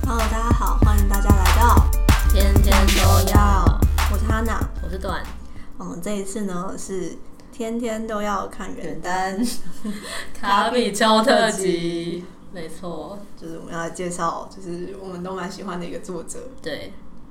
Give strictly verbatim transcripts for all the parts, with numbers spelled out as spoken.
Hello， 大家好，欢迎大家来到天天都要。 我是哈娜， 我是段。 我们这一次呢是天天都要看原单卡比丘特辑，没错， 就是我们要来介绍，就是我们都蛮喜欢的一个作者。 对。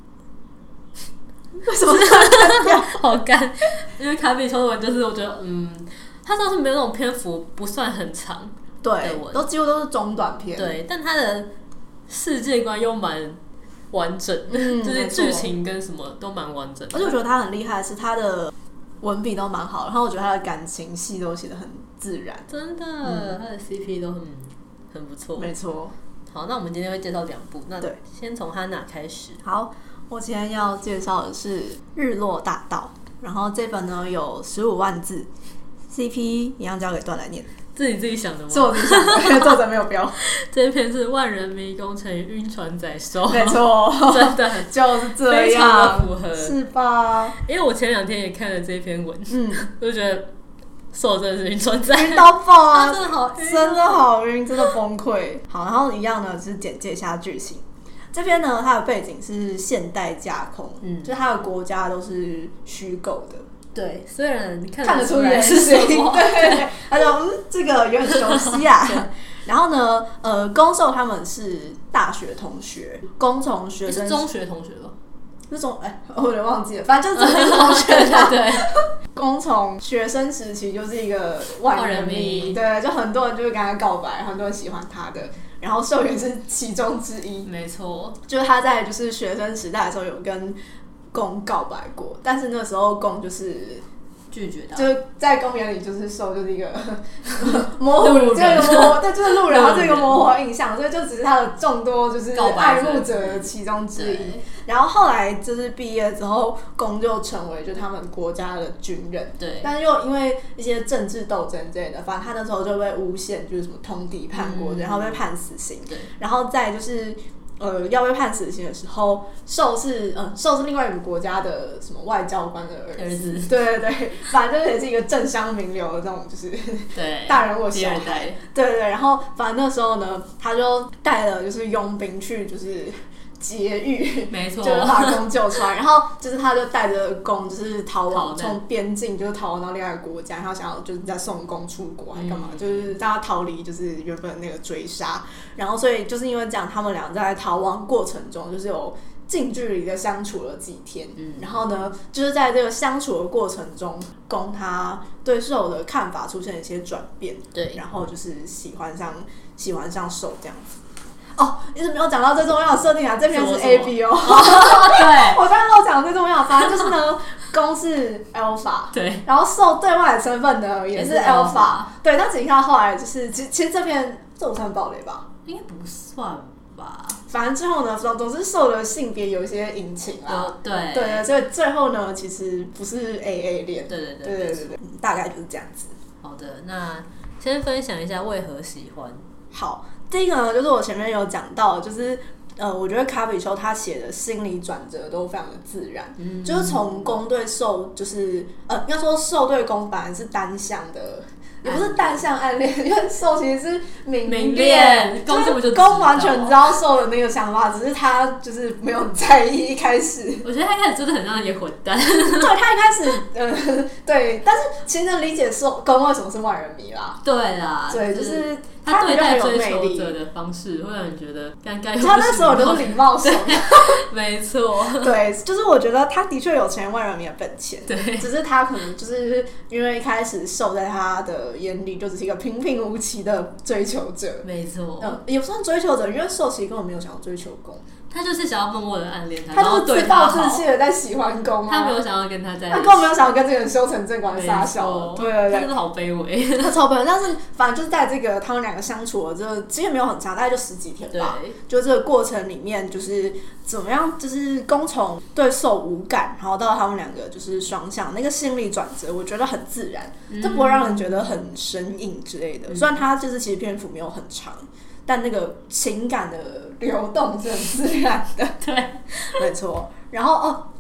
为什么干掉？ 好干，因为卡比丘的文就是我觉得，嗯，他倒是没有那种篇幅不算很长的对， 文， 都几乎都是中短篇。 对，但他的世界观又蛮完整， 嗯、 就是剧情跟什么都蛮完整的。 而且我觉得他很厉害的是他的文笔都蛮好，然后我觉得他的感情戏都写得很自然， 真的， 嗯、 他的 C P 都很很不错。 没错。 好，那我们今天会介绍两部，那对， 先从哈娜开始。 好，我今天要介绍的是《日落大道》，然后这本呢有十五万字 ，C P 一样交给段来念。 自己自己想的吗？ 是我自己想的，因为作者没有标。 这一篇是万人迷宫乘以晕船仔兽， 没错， 真的就是这样， 非常的符合， 是吧？ 因为我前两天也看了这篇文，嗯，我就觉得兽真的是晕船仔， 晕到爆啊！ 真的好晕、喔， 真的好晕，真的崩溃。好，然后一样呢，就是简介一下剧情。这边呢，它的背景是现代架空，嗯，就是它的国家都是虚构的。 对，虽然你看看得出原型，对对， 他就嗯，这个有点熟悉啊。然后呢，呃，攻受他们是大学同学，攻从学生是中学同学吧？ 是中哎，我有点忘记了，反正就是真的同学啦。 对， 攻从学生时期就是一个万人迷，对，就很多人就会跟他告白，很多人喜欢他的。然后受也是其中之一， 没错， 就是他在就是学生时代的时候有跟攻告白过，但是那时候攻就是拒绝他， 就是在公园里就是受就是一个模糊，这个模糊，对，就是路人，他这个模糊的印象，所以就只是他的众多就是爱慕者的其中之一。然后后来就是毕业之后，攻就成为就他们国家的军人， 对， 但是又因为一些政治斗争之类的，反正他那时候就被诬陷，就是什么通敌叛国，嗯、然后被判死刑， 对， 然后再就是。呃，要被判死刑的时候，受是嗯，受是另外一个国家的什么外交官的儿子，儿子对对对，反正就是也是一个政商名流的这种，就是对大人物小孩，对对对，然后反正那时候呢，他就带了就是佣兵去就是劫狱， 没错， 就是把攻救出来，然后就是他就带着攻就是逃亡，从边境就是逃亡到另外一个国家，然后想要就是再送攻出国还干嘛，嗯、就是让他逃离就是原本那个追杀，然后所以就是因为这样，他们俩在逃亡过程中就是有近距离的相处了几天，嗯、然后呢，就是在这个相处的过程中，攻他对受的看法出现了一些转变， 对， 然后就是喜欢上喜欢上受这样子。哦，一直没有讲到最重要的设定啊！这篇是 A B O， 对，我刚刚都讲最重要，反正就是呢，攻是 Alpha， 对， 然后受对外的身份呢也是 Alpha， 对，但只看后来就是其其实这篇这我算暴雷吧？ 应该不算吧。 反正之后呢，总之受的性别有一些隐情啦， 对对，所以最后呢，其实不是 A A 恋， 对对对对对对对，大概就是这样子。 好的，那先分享一下为何喜欢。 好。第一个呢，就是我前面有讲到，就是呃，我觉得卡比丘他写的心理转折都非常的自然，嗯、就是从攻对受，就是呃，应该说受对攻本来是单向的，也不是单向暗恋，因为受其实是明恋， 攻根本就攻完全知道受的那个想法，只是他就是没有在意。一开始， 我觉得他一开始真的很让人也混蛋， 对他一开始呃对，但是其实能理解受攻为什么是万人迷啦， 对啦， 对，就是。 他对待追求者的方式会让人觉得尴尬。 他那时候就是礼貌手， 没错， 对，就是我觉得他的确有成为万人迷的本钱， 对， 只是他可能就是因为一开始受在他的眼里就只是一个平平无奇的追求者， 没错， 嗯，也不算追求者，因为受其实根本没有想要追求攻。 他就是想要默默的暗恋他， 他就是自暴自弃的在喜欢攻啊， 他没有想要跟他在一起， 他根本没有想要跟这个人修成正果撒小，对对对， 他真的好卑微， 他超卑微。但是反正就是在这个他们两个相处的这个其实没有很长，大概就十几天吧。就这个过程里面，就是怎么样，就是攻从对受无感，然后到他们两个就是双向那个心理转折，我觉得很自然，这不会让人觉得很生硬之类的。嗯、虽然他就是其实篇幅没有很长。但那个情感的流动是很自然的， 对， 没错。然后哦，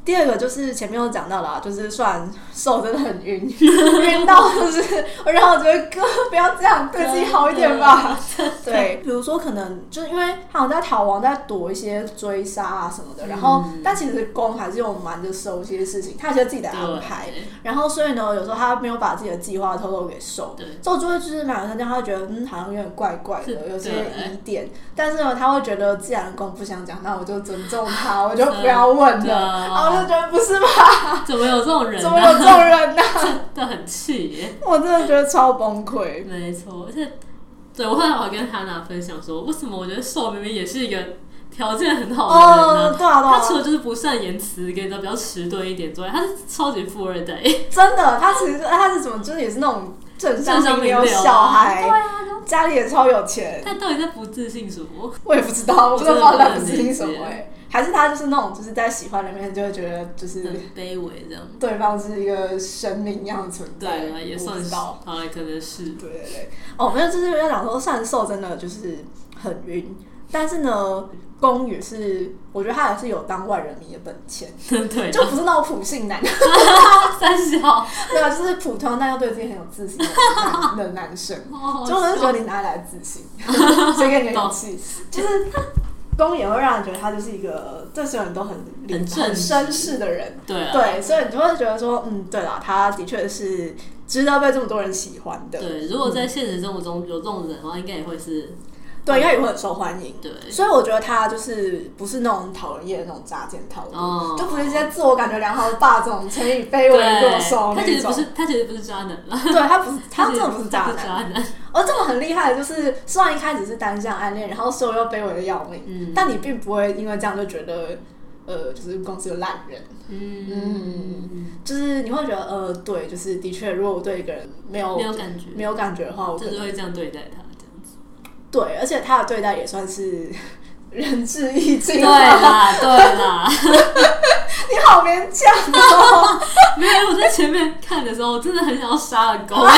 第二个就是前面有讲到啦，就是虽然手真的很晕，晕到就是我让我觉得哥不要这样，对自己好一点吧。对，比如说可能就是因为他好像在逃亡，在躲一些追杀啊什么的，然后、嗯、但其实攻还是有瞒着受一些事情，他有些自己的安排，然后所以呢，有时候他没有把自己的计划偷偷给受，之后就会就是两个人这样，他会觉得嗯好像有点怪怪的，有些疑点，但是呢，他会觉得既然攻不想讲，那我就尊重他，我就不要问了，然后就觉得不是吧？ 怎么有这种人、啊？ 怎么有这种人呢、啊？ 真的很气耶！ 我真的觉得超崩溃。 没错，而且对我后来我跟哈娜分享说，为什么我觉得受明明也是一个条件很好的人呢、啊？ 哦，对啊，对啊。 他除了就是不善言辞，给人比较迟钝一点之外，他是超级富二代。 真的，他其实他是怎么，就是也是那种政商名流小孩， 对啊， 家里也超有钱。 他到底在不自信什么？ 我也不知道，我真的不知道他不自信什么哎、欸。还是他就是那种就是在喜欢里面就会觉得就是很卑微这样， 对方是一个神明一样的存在， 对啊，也算是，好了，可能是， 对对对，哦，没有，就是要讲说善受真的就是很晕，但是呢，攻也是，我觉得他也是有当万人迷的本钱， 对， 就不是那种普信男， 三小， 对啊，就是普通但又对自己很有自信的男的男生，就我就觉得你哪里来的自信，谁给你的勇气，就是。攻也会让人觉得他就是一个这些人都很很很绅士的人， 对、啊、 对，所以你就会觉得说，嗯，对啦，他的确是值得被这么多人喜欢的。 对，如果在现实生活中有这种人的话，应该也会是， 对，应该也会很受欢迎。 对， 所以我觉得他就是不是那种讨人厌的那种渣奸套路， 哦、 就不是一些自我感觉良好的霸总，乘以卑微弱受那种。 他其实不是，他其实不是渣男啦。 对，他不是，他真的不是渣男。 渣男。 而这种很厉害的就是，虽然一开始是单向暗恋，然后受又卑微的要命，嗯、但你并不会因为这样就觉得，呃，就是公司有烂人。嗯嗯，就是你会觉得，呃，对，就是的确，如果我对一个人没有没有感觉， 没有感觉的话，我就是会这样对待他，这样子。 对，而且他的对待也算是仁至义尽。 对啦，对啦。 你好勉强哦。 没有，我在前面看的时候，我真的很想要杀了狗。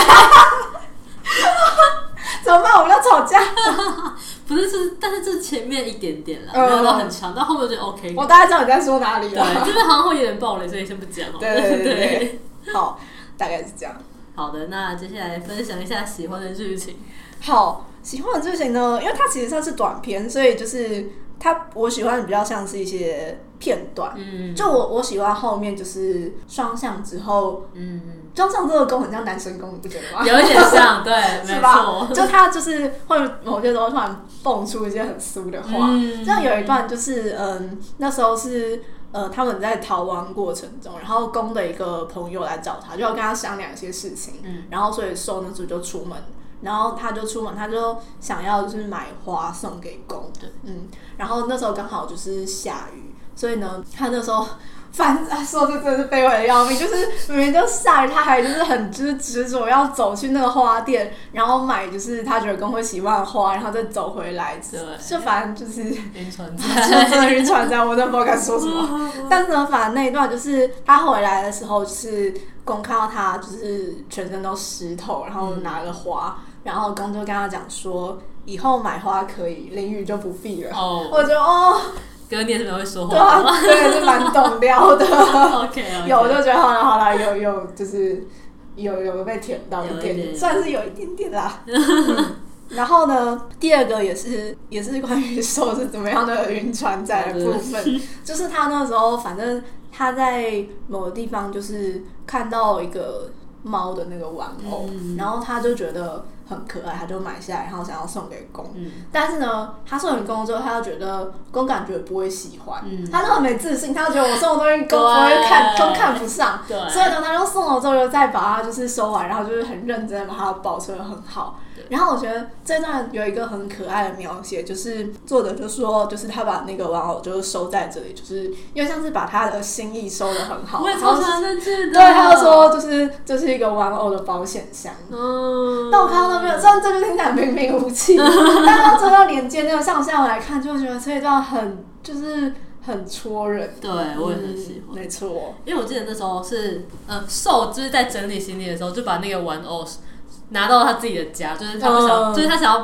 怎么办？我们要吵架？ 不是，是，但是这前面一点点啦，没有到很长，到后面我觉得 OK。 我大概知道你在说哪里了。 对，这边好像会有点爆雷，所以先不讲。 对对对 对, 對。好，大概是这样。 好的，那接下来分享一下喜欢的剧情。 好，喜欢的剧情呢，因为它其实算是短片，所以就是它我喜欢的比较像是一些片段。嗯，就我我喜欢后面就是双向之后，嗯嗯，双向这个攻很像男生攻，你不觉得吗？ 有一点像，对， 是吧？就他就是会某些时候突然蹦出一些很酥的话，嗯，像有一段就是嗯，那时候是。呃，他们在逃亡过程中，然后攻的一个朋友来找他，就要跟他商量一些事情，嗯，然后所以受那时候就出门，然后他就出门，他就想要就是买花送给攻，对，嗯，然后那时候刚好就是下雨，所以呢，他那时候。反正说这真的是卑微的要命，就是明明就下雨，他还就是很就是执着要走去那个花店，然后买就是他觉得公会喜欢的花，然后再走回来，对，就反正就是晕船仔， 真的晕船仔，我真的不知道该说什么。但是呢，反正那一段就是他回来的时候，就是公看到他就是全身都湿透，然后拿了花，然后公就跟他讲说，以后买花可以，淋雨就不必了。哦，我觉得哦。 哥，你也是蛮会说话的，对啊，对，是蛮懂撩的。 OK， okay. 有我就觉得好了好了，有有就是有有被甜到一点点，算是有一点点啦。嗯、然后呢，第二个也是也是关于受是怎么样的晕船仔的部分，就是他那时候反正他在某个地方就是看到一个猫的那个玩偶，嗯、然后他就觉得。很可爱，他就买下来，然后想要送给公。嗯、但是呢，他送给公之后，他就觉得公感觉不会喜欢，嗯、他就很没自信，他就觉得我送的东西公不会看，公看不上。所以呢，他就送了之后，又再把它就是收完，然后就是很认真的把它保存得很好。然后我觉得这段有一个很可爱的描写，就是作者就说，就是他把那个玩偶就是收在这里，就是因为像是把他的心意收得很好。 我也超喜欢这句的。 对，他就说就是这是一个玩偶的保险箱。嗯。但我看到那边，虽然这就听起来平平无奇，但到最后连接那个上下来看，就会觉得这一段很就是很戳人。 对，我也很喜欢。 嗯、没错。 因为我记得那时候是呃，受就是在整理行李的时候，就把那个玩偶。拿到他自己的家，就是他不想，嗯、就是他想要，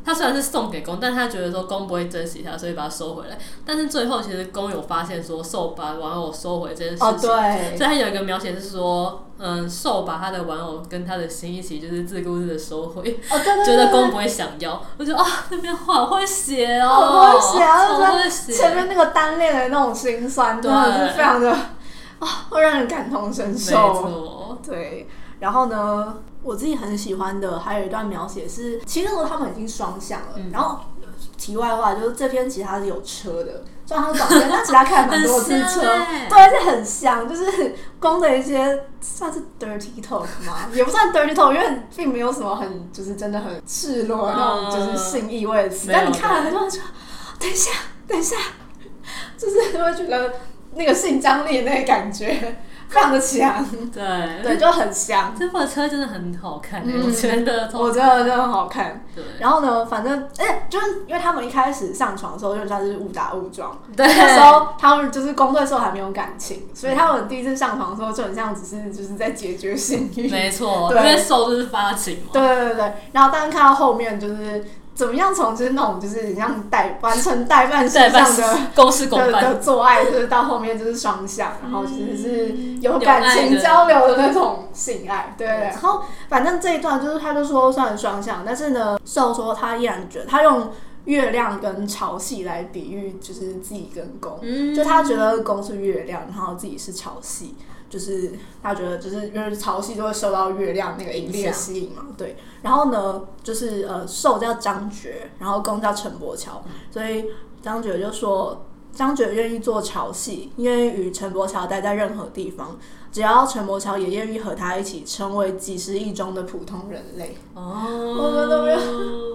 他虽然是送给公，但他觉得说公不会珍惜他，所以把他收回来。但是最后其实公有发现说受把玩偶收回这件事情， 哦对， 所以他有一个描写是说，嗯，受把他的玩偶跟他的心一起就是自顾自的收回， 哦对对对， 觉得公不会想要。我觉得啊、哦，那边话好会写哦， 好会写啊， 好会写。 前面那个单恋的那种心酸，真的是非常的啊、哦，会让人感同身受。 没错， 对。然后呢，我自己很喜欢的还有一段描写是，其实那时候他们已经双向了。嗯、然后题外话就是这篇其实它是有车的，虽然它是短片，但其他看了蛮多次车，对，而且很香，就是公的一些算是 dirty talk 吗？也不算 dirty talk， 因为并没有什么很就是真的很赤裸的那种就是性意味的词，但你看了就会说，等一下，等一下，就是会觉得那个性张力的那个感觉。非常的强， 对对，就很香。 这部车真的很好看、欸嗯， 我觉得， 我觉得真的很好看。 对， 然后呢，反正哎、欸，就是因为他们一开始上床的时候，就像是误打误撞。 对， 那时候他们就是公对受还没有感情，所以他们第一次上床的时候就很像只是就是在解决性欲。 没错，因为受就是发情嘛。 对对对对，然后但是看到后面就是。怎么样从就是那种就是很像代完成代办事项的公事公办的, 的做爱，就是到后面就是双向，然后其实是有感情交流的那种性爱，对对对。然后反正这一段就是他就说算双向，但是呢，受说他依然觉得他用月亮跟潮汐来比喻就是自己跟公，嗯、就他觉得公是月亮，然后自己是潮汐。就是他觉得，就是因为潮汐就会受到月亮那个引力的吸引嘛，对。然后呢，就是呃，受叫张觉，然后公叫陈伯乔，所以张觉就说，张觉愿意做潮汐，愿意与陈伯乔待在任何地方，只要陈伯乔也愿意和他一起成为几十亿中的普通人类。哦，我们都没有。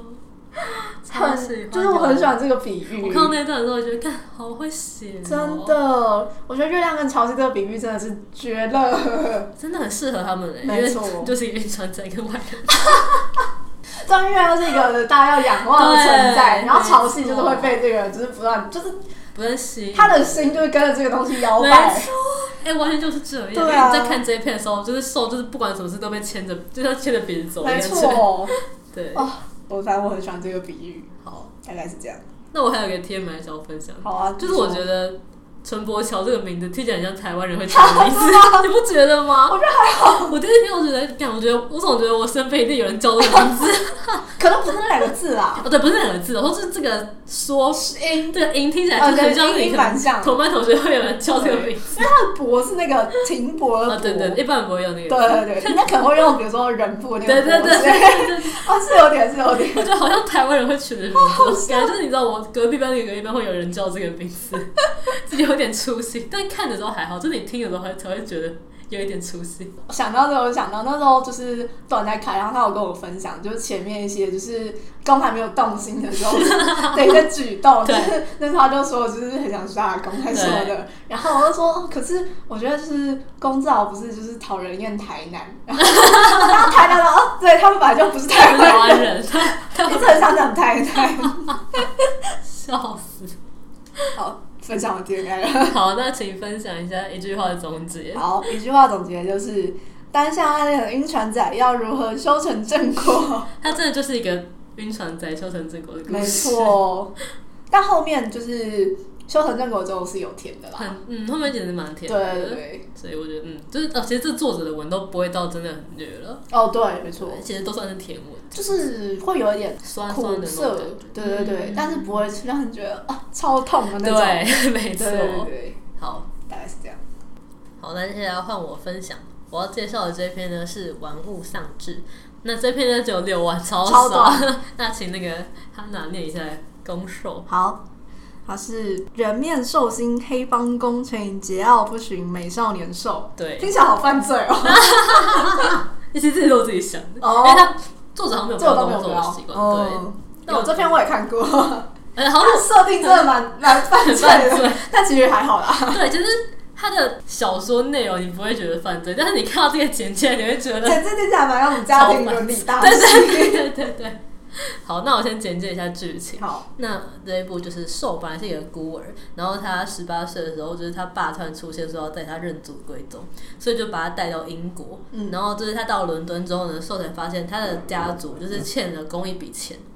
很就是我很喜欢这个比喻。 我看到那段的时候，我觉得看好会写、哦， 真的。我觉得月亮跟潮汐这个比喻真的是绝了， 真的很适合他们诶、欸。 没错， 就是一个晕船仔跟外人。 这样月亮是一个大家要仰望的存在，然后潮汐就是会被这个就是不断就是不断吸引， 他的心就是跟着这个东西摇摆。 哎、欸，完全就是这样。对啊，你在看这一片的时候，就是受就是不管什么事都被牵着，就像牵着鼻子走。 没错， 对。 哦我反正我很喜欢这个比喻，好，大概是这样。 那我还有一个 T M I 想要分享， 好啊， 就是我觉得陈伯乔这个名字听起来很像台湾人会取的名字，你不觉得吗？ 我觉得还好。 我第一天我觉得，干，我觉得我总觉得我身边一定有人叫这个名字， 可能不是那两个字啦。 哦，对，不是那两个字，或是这个说音， 这个音听起来就很像你同班同学会有人叫这个名字， 因为他的伯是那个停泊的伯， 哦，对对，一般人不会用那个。 对对对，那可能会用比如说人部那个。 对对对对， 哦，是有点是有点。 我觉得好像台湾人会取的名字，感觉就是你知道我隔壁班那个隔壁班会有人叫这个名字，自己有点出戏。但看的时候还好，就是你听的时候才会觉得有一点出戏。 想到这个，我想到那时候就是段在开，然后他有跟我分享，就是前面一些就是公还没有动心的时候的一些举动，就是那时候他就说就是很想杀公才说的，然后我就说，哦、可是我觉得就是公至少不是就是讨人厌台南，然后台南的哦，对他们本来就不是台湾人，他一直很想讲台南， 笑死， 好。分享完 D N A 了。 好，那请分享一下一句话的总结。 好，一句话总结就是单向暗恋的晕船仔要如何修成正果。 他真的就是一个晕船仔修成正果的故事。 没错，但后面就是修成正果之后是有甜的啦。 很嗯，后面简直蛮甜的。 对对对。 所以我觉得嗯，就是呃，其实这作者的文都不会到真的很虐了。 哦，对，没错， 其实都算是甜文。就是会有一点酸酸的涩，对对对，嗯、但是不会让人觉得啊超痛的那种。 对，没错。 对对对， 好， 大概是这样。 好，那接下来换我分享，我要介绍的这篇呢是《玩物丧志》。那这篇呢只有六万，超少。 短那请那个哈娜念一下攻受。 好。他是人面兽心黑帮公乘以桀骜不驯美少年兽， 对， 听起来好犯罪哦。 其实这些都是自己想的， 哦、 因为他作者好像没有标动作的习惯， 哦、对。但我这篇我也看过， 哎，好， 设定真的蛮蛮犯罪的，但其实还好啦。 对，就是他的小说内容你不会觉得犯罪，但是你看到这个简介，你会觉得简介听起来蛮像我们家庭伦理大戏。对对对对对。好，那我先简介一下剧情。 好， 那这一部就是受本来是一个孤儿，然后他十八岁的时候，就是他爸突然出现说要带他认祖归宗，所以就把他带到英国。嗯，然后就是他到伦敦之后呢，受才发现他的家族就是欠了公一笔钱，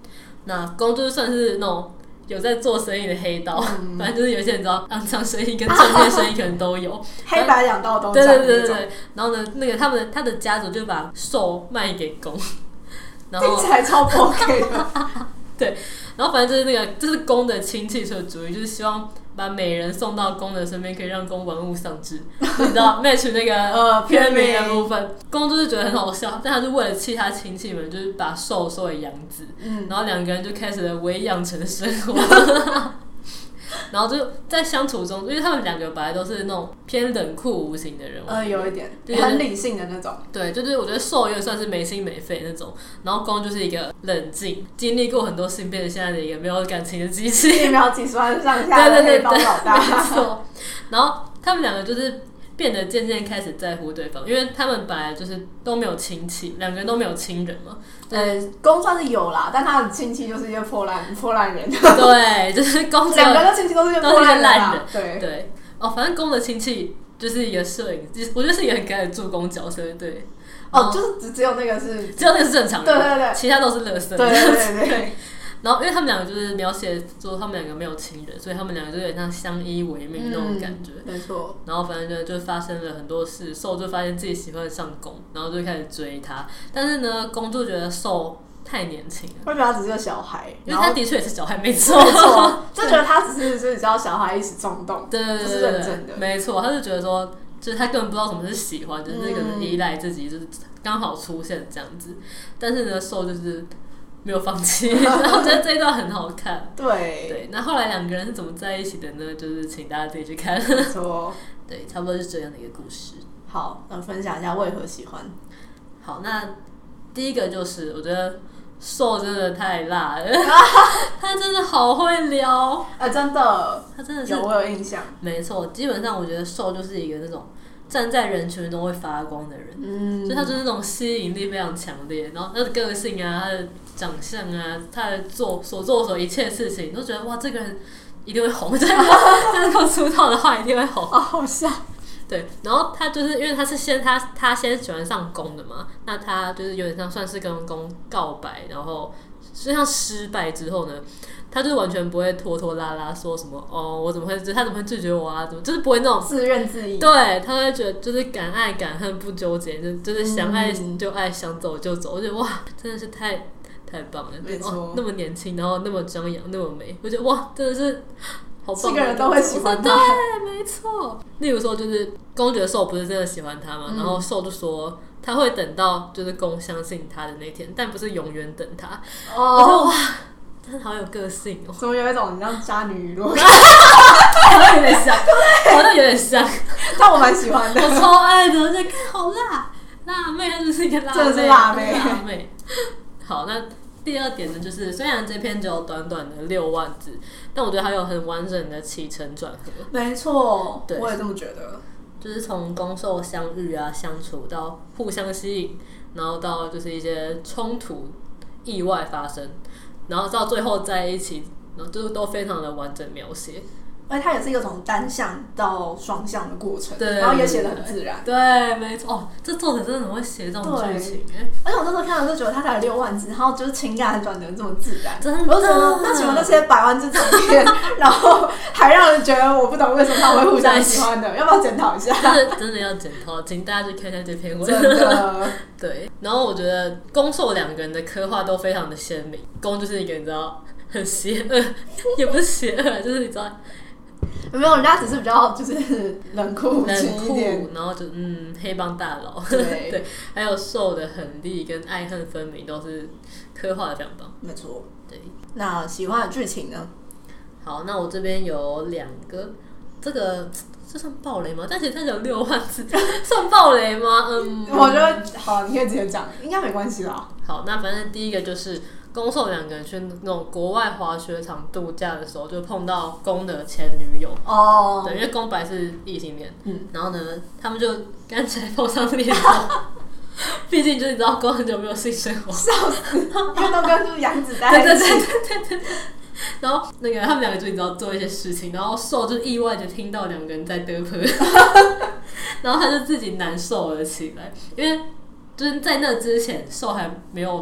那公就是算是那种有在做生意的黑道，嗯、反正就是有些人知道肮脏生意跟正面生意可能都有， 黑白两道都对对对对对。然后呢，那个他们他的家族就把兽卖给公，然后听起来超不 OK 的。 对，然后反正就是那个，这是公的亲戚的主意，就是希望把美人送到公的身边，可以让公玩物丧志，你知道 match 那个片名的部分。公就是觉得很好笑，但他就为了气他亲戚们，就是把兽收为养子，嗯、然后两个人就开始了伪养成的生活。然后就在相处中，因为他们两个本来都是那种偏冷酷无情的人物， 呃，有一点，很理性的那种。 对，就是我觉得兽也算是没心没肺那种，然后公就是一个冷静，经历过很多性变成现在的一个没有感情的机器， 一秒几十万上下的黑帮老大。 没错。然后他们两个就是变得渐渐开始在乎对方，因为他们本来就是都没有亲戚，两个人都没有亲人嘛。 呃，公算是有啦，但他的亲戚就是一个破烂破烂人。 对，就是公两个的亲戚都是一个破烂人啦。对对，哦，反正公的亲戚就是一个摄影，我觉得是一个很可爱的助攻角色，对。 哦，就是只只有那个是， 只有那个是正常人， 对对对， 其他都是垃圾。 对对对对。 然后，因为他们两个就是描写说他们两个没有亲人，所以他们两个就有点像相依为命那种感觉。 嗯、没错。 然后反正就就发生了很多事，兽就发现自己喜欢上公，然后就开始追他。但是呢，公就觉得兽太年轻了， 会觉得他只是个小孩， 因为他的确也是小孩，没错， 没错，就觉得他只是就是只要小孩一时冲动， 对对对对， 就是认真的， 没错，他就觉得说。就是他根本不知道什么是喜欢，就是可能依赖自己，就是刚好出现这样子。但是呢，兽就是没有放弃，然后我觉得这一段很好看。 对对，那后来两个人是怎么在一起的呢？就是请大家自己去看。 没错， 对，差不多是这样的一个故事。 好，那分享一下为何喜欢。 好，那第一个就是我觉得。兽真的太辣了，他真的好会聊， 哎、欸，真的， 他真的是有我有印象。 没错，基本上我觉得兽就是一个那种站在人群中会发光的人，嗯，所以他就是那种吸引力非常强烈，然后他的个性啊，他的长相啊，他的做所做所一切事情，都觉得哇，这个人一定会红，真的，他如果出道的话一定会红， 哦，好笑。 对，然后他就是因为他是先他他先喜欢上公的嘛，那他就是有点像算是跟公告白，然后实际上失败之后呢，他就完全不会拖拖拉拉说什么哦，我怎么会他怎么会拒绝我啊？怎么就是不会那种自怨自艾。 对，他会觉得就是敢爱敢恨不纠结，就就是想爱就爱，想走就走。我觉得哇，真的是太太棒了， 没错、 哦，那么年轻，然后那么张扬，那么美，我觉得哇，真的是。 七个人都会喜欢他， 对，没错。例如说，就是公觉得兽不是真的喜欢他嘛，嗯、然后兽就说他会等到就是公相信他的那天，但不是永远等他。哦，我说哇，真的好有个性哦， 怎么有一种你像渣女语录， 好像有点像，好像有点像， 但我蛮喜欢的， 我超爱的，我觉得好辣，辣妹，她就是一个辣妹， 真的是辣妹， 辣妹。好，那。第二点呢，就是虽然这篇只有短短的六万字，但我觉得它有很完整的起承转合。 没错，对，我也这么觉得。 就是从公兽相遇啊、相处到互相吸引，然后到就是一些冲突、意外发生，然后到最后在一起，然后就是都非常的完整描写。 而且它也是一个从单向到双向的过程， 对， 然后也写得很自然。 对，没错。哦，这作者真的很会写这种剧情哎！ 而且我那时候看的就觉得他才六万字，然后就是情感转得这么自然， 真的。 我就觉得，那请问那些百万字长篇，然后还让人觉得我不懂为什么他们会互相喜欢的，要不要检讨一下？ 真的真的要检讨，请大家去看看这篇文。 真的。 对，然后我觉得公兽两个人的刻画都非常的鲜明。公就是一个你知道很邪恶，也不是邪恶，就是你知道。 没有，人家只是比较就是冷酷冷酷，然后就嗯黑帮大佬，对对，还有兽的狠厉跟爱恨分明都是刻画的非常棒， 没错。 对， 那喜欢的剧情呢？ 好，那我这边有两个，这个这算暴雷吗？但其实它只有六万字，算暴雷吗？嗯， 我觉得好，你可以直接讲，应该没关系啦。 好，那反正第一个就是。公兽两个人去那种国外滑雪场度假的时候，就碰到公的前女友哦，对，因为公本来是异性恋，嗯，然后呢，他们就干脆碰上恋头，毕竟就是你知道公很久没有性生活， 笑死，因为都跟就是杨子在一起，对对对对对。然后那个他们两个就你知道做一些事情，然后兽就意外的听到两个人在嘚啵，然后他就自己难受了起来，因为就是在那之前兽还没有。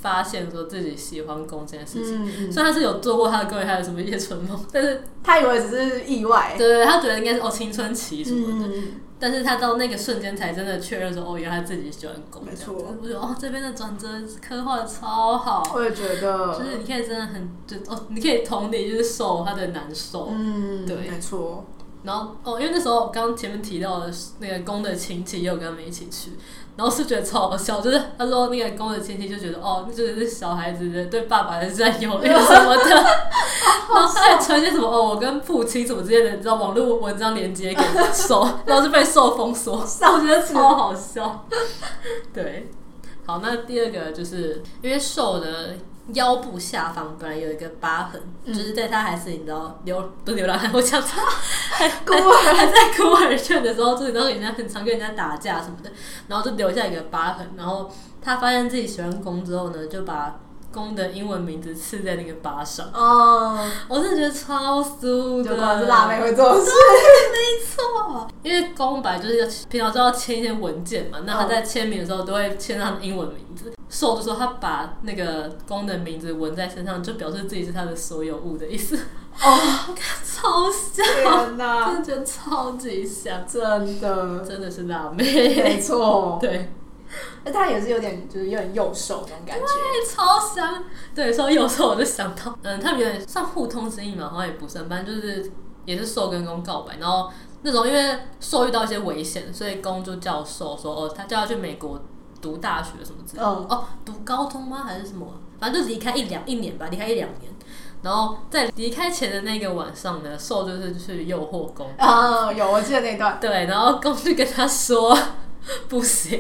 发现说自己喜欢宫这件事情。 嗯嗯、 虽然他是有做过他的各位还有什么夜春梦，但是他以为只是意外， 对对，他觉得应该是哦青春期什么的。 嗯但是他到那个瞬间才真的确认说，哦，原来自己喜欢宫。 没错， 我觉得哦，这边的转折刻画的超好。 我也觉得， 就是你可以真的很就哦，你可以同理就是受他的难受。 嗯， 对， 没错。 然后哦，因为那时候刚刚前面提到的那个宫的亲戚也有跟他们一起去，然后是觉得超好笑，就是他说那个宫的亲戚就觉得哦，那就是小孩子的对爸爸的占有欲什么的，然后他还传一些什么哦，我跟父亲什么之类的，你知道网络文章连接给受，然后就被受封锁，我觉得超好笑。对，好，那第二个就是因为受的腰部下方本来有一个疤痕，嗯、就是在他还是你知道流不是流浪汉，我讲他还孤儿还在孤儿院的时候，就是然后人家很常跟人家打架什么的，然后就留下一个疤痕。然后他发现自己喜欢宫之后呢，就把宫的英文名字刺在那个疤上。哦，我真的觉得超酥的， 就果然是辣妹会做的事。 没错，因为宫本来就是要平常就要签一些文件嘛，那他在签名的时候都会签上英文名字。受就说他把那个宫的名字纹在身上，就表示自己是他的所有物的意思。哦，超像！天哪，真的觉得超级像， 真的， 真的是辣妹， 没错， 对。 那他也是有点，就是有点幼瘦那种感觉， 对，超像。对，说幼瘦我就想到，嗯，他们有点算互通之意嘛，好像也不算，反正就是也是受跟宫告白，然后那种因为受遇到一些危险，所以宫就叫受说哦，他叫他去美国读大学什么之类的，嗯、哦，读高中吗？还是什么？反正就离开一两一年吧，离开一两年。然后在离开前的那个晚上呢，受就是去诱惑宫。 啊、嗯，有，我记得那段。 对，然后宫就跟他说不行，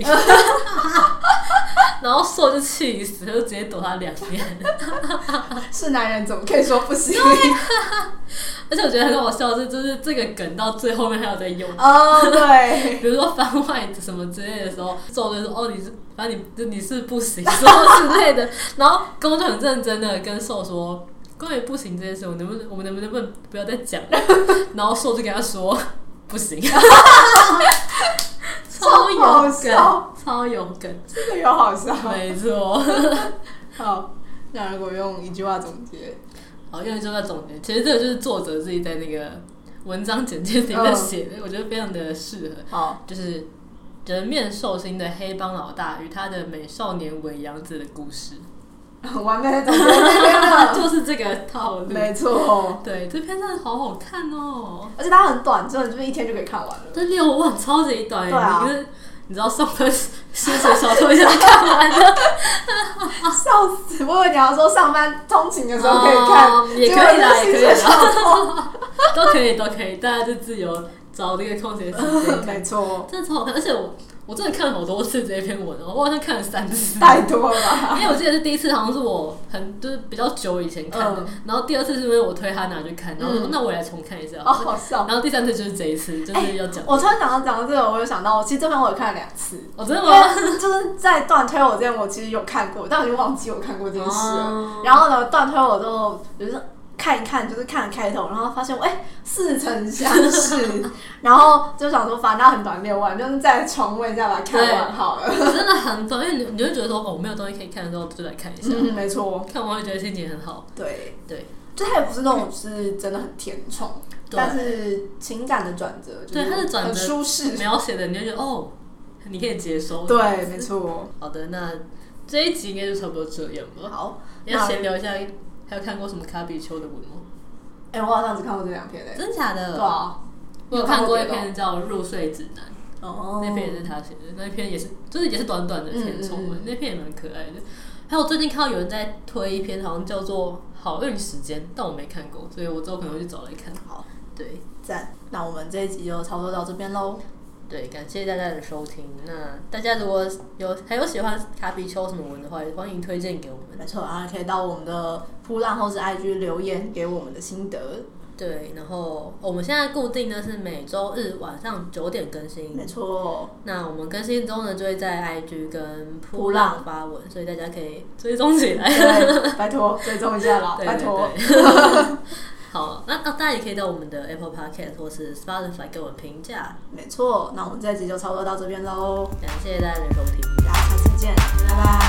然后受就气死，就直接躲他两年。 是男人怎么可以说不行？ 而且我觉得很好笑的是，就是这个梗到最后面还有在用。 哦，对， 比如说番外什么之类的时候，受就说哦你是，反正你你是不行什么之类的，然后宫就很认真的跟受说，关于不行这件事，我能不能我们能不能不能不要再讲了？然后受就跟他说不行。超有梗，超有梗， 真的有好笑， 没错。 好，那如果用一句话总结， 好，用一句话总结，其实这个就是作者自己在那个文章简介里面写的，嗯、我觉得非常的适合。 好， 就是人面兽心的黑帮老大与他的美少年尾洋子的故事。 完美的总结这边了， 就是这个套路， 没错。 对，这篇真的好好看哦， 而且它很短，真的就是一天就可以看完了。 这六万超级短， 对啊， 你你知道上班薪水小偷一下就看完了， 笑死！我以为你要说上班通勤的时候可以看， 哦、也可以啦，也可以啦，都可以都可以，大家就自由找那个空闲时间看， 没错， 真的超好看，而且我。我真的看了好多次这篇文哦，我好像看了三次， 太多了吧？ 因为我记得是第一次好像是我很就是比较久以前看的，嗯、然后第二次是因为我推他拿去看，然后说、嗯、那我也来重看一下， 哦，好笑。 然后第三次就是这一次，就是要讲、欸。 我突然想到讲到这个，我有想到，其实这篇我有看了两次。 哦，真的吗？ 就是在断推我之前，我其实有看过，但我已经忘记我看过这件事了。哦、然后呢，断推我就就是看一看，就是看了开头，然后发现哎、欸、似曾相识，然后就想说反正很短六万，就是再重温一下把它看完好了。 真的很短，因为你你会觉得说哦没有东西可以看的时候就来看一下， 嗯，没错， 看完会觉得心情很好。 对对， 就它也不是那种是真的很甜宠，但是情感的转折， 对它的转折很舒适， 描写的你就觉得哦你可以接受。 对，没错。 好的，那这一集应该就差不多这样吧。 好， 要闲聊一下。还有看过什么卡比丘的文吗？ 哎、欸，我好像只看过这两篇诶、欸。 真假的？ 对啊， 我有看过一篇叫《入睡指南》， 哦， 那篇也是他写的，那篇也是就是也是短短的填充文，嗯嗯、那篇也蛮可爱的。还有最近看到有人在推一篇，好像叫做《好运时间》，但我没看过，所以我之后可能会去找来看。 好， 对， 赞。那我们这一集就差不多到这边喽。 对，感谢大家的收听。那大家如果有还有喜欢卡比丘什么文的话，也欢迎推荐给我们。 没错，啊，可以到我们的噗浪或是 I G 留言给我们的心得。 对，然后我们现在固定的是每周日晚上九点更新。 没错。那我们更新之后呢，就会在 I G 跟噗浪发文，所以大家可以追踪起来。 对，拜托追踪一下啦，拜托。 好，那那大家也可以到我们的 Apple Podcast 或是 Spotify 给我们评价。 没错，那我们这一集就差不多到这边喽。 感谢大家的收听， 大家下次见，拜拜。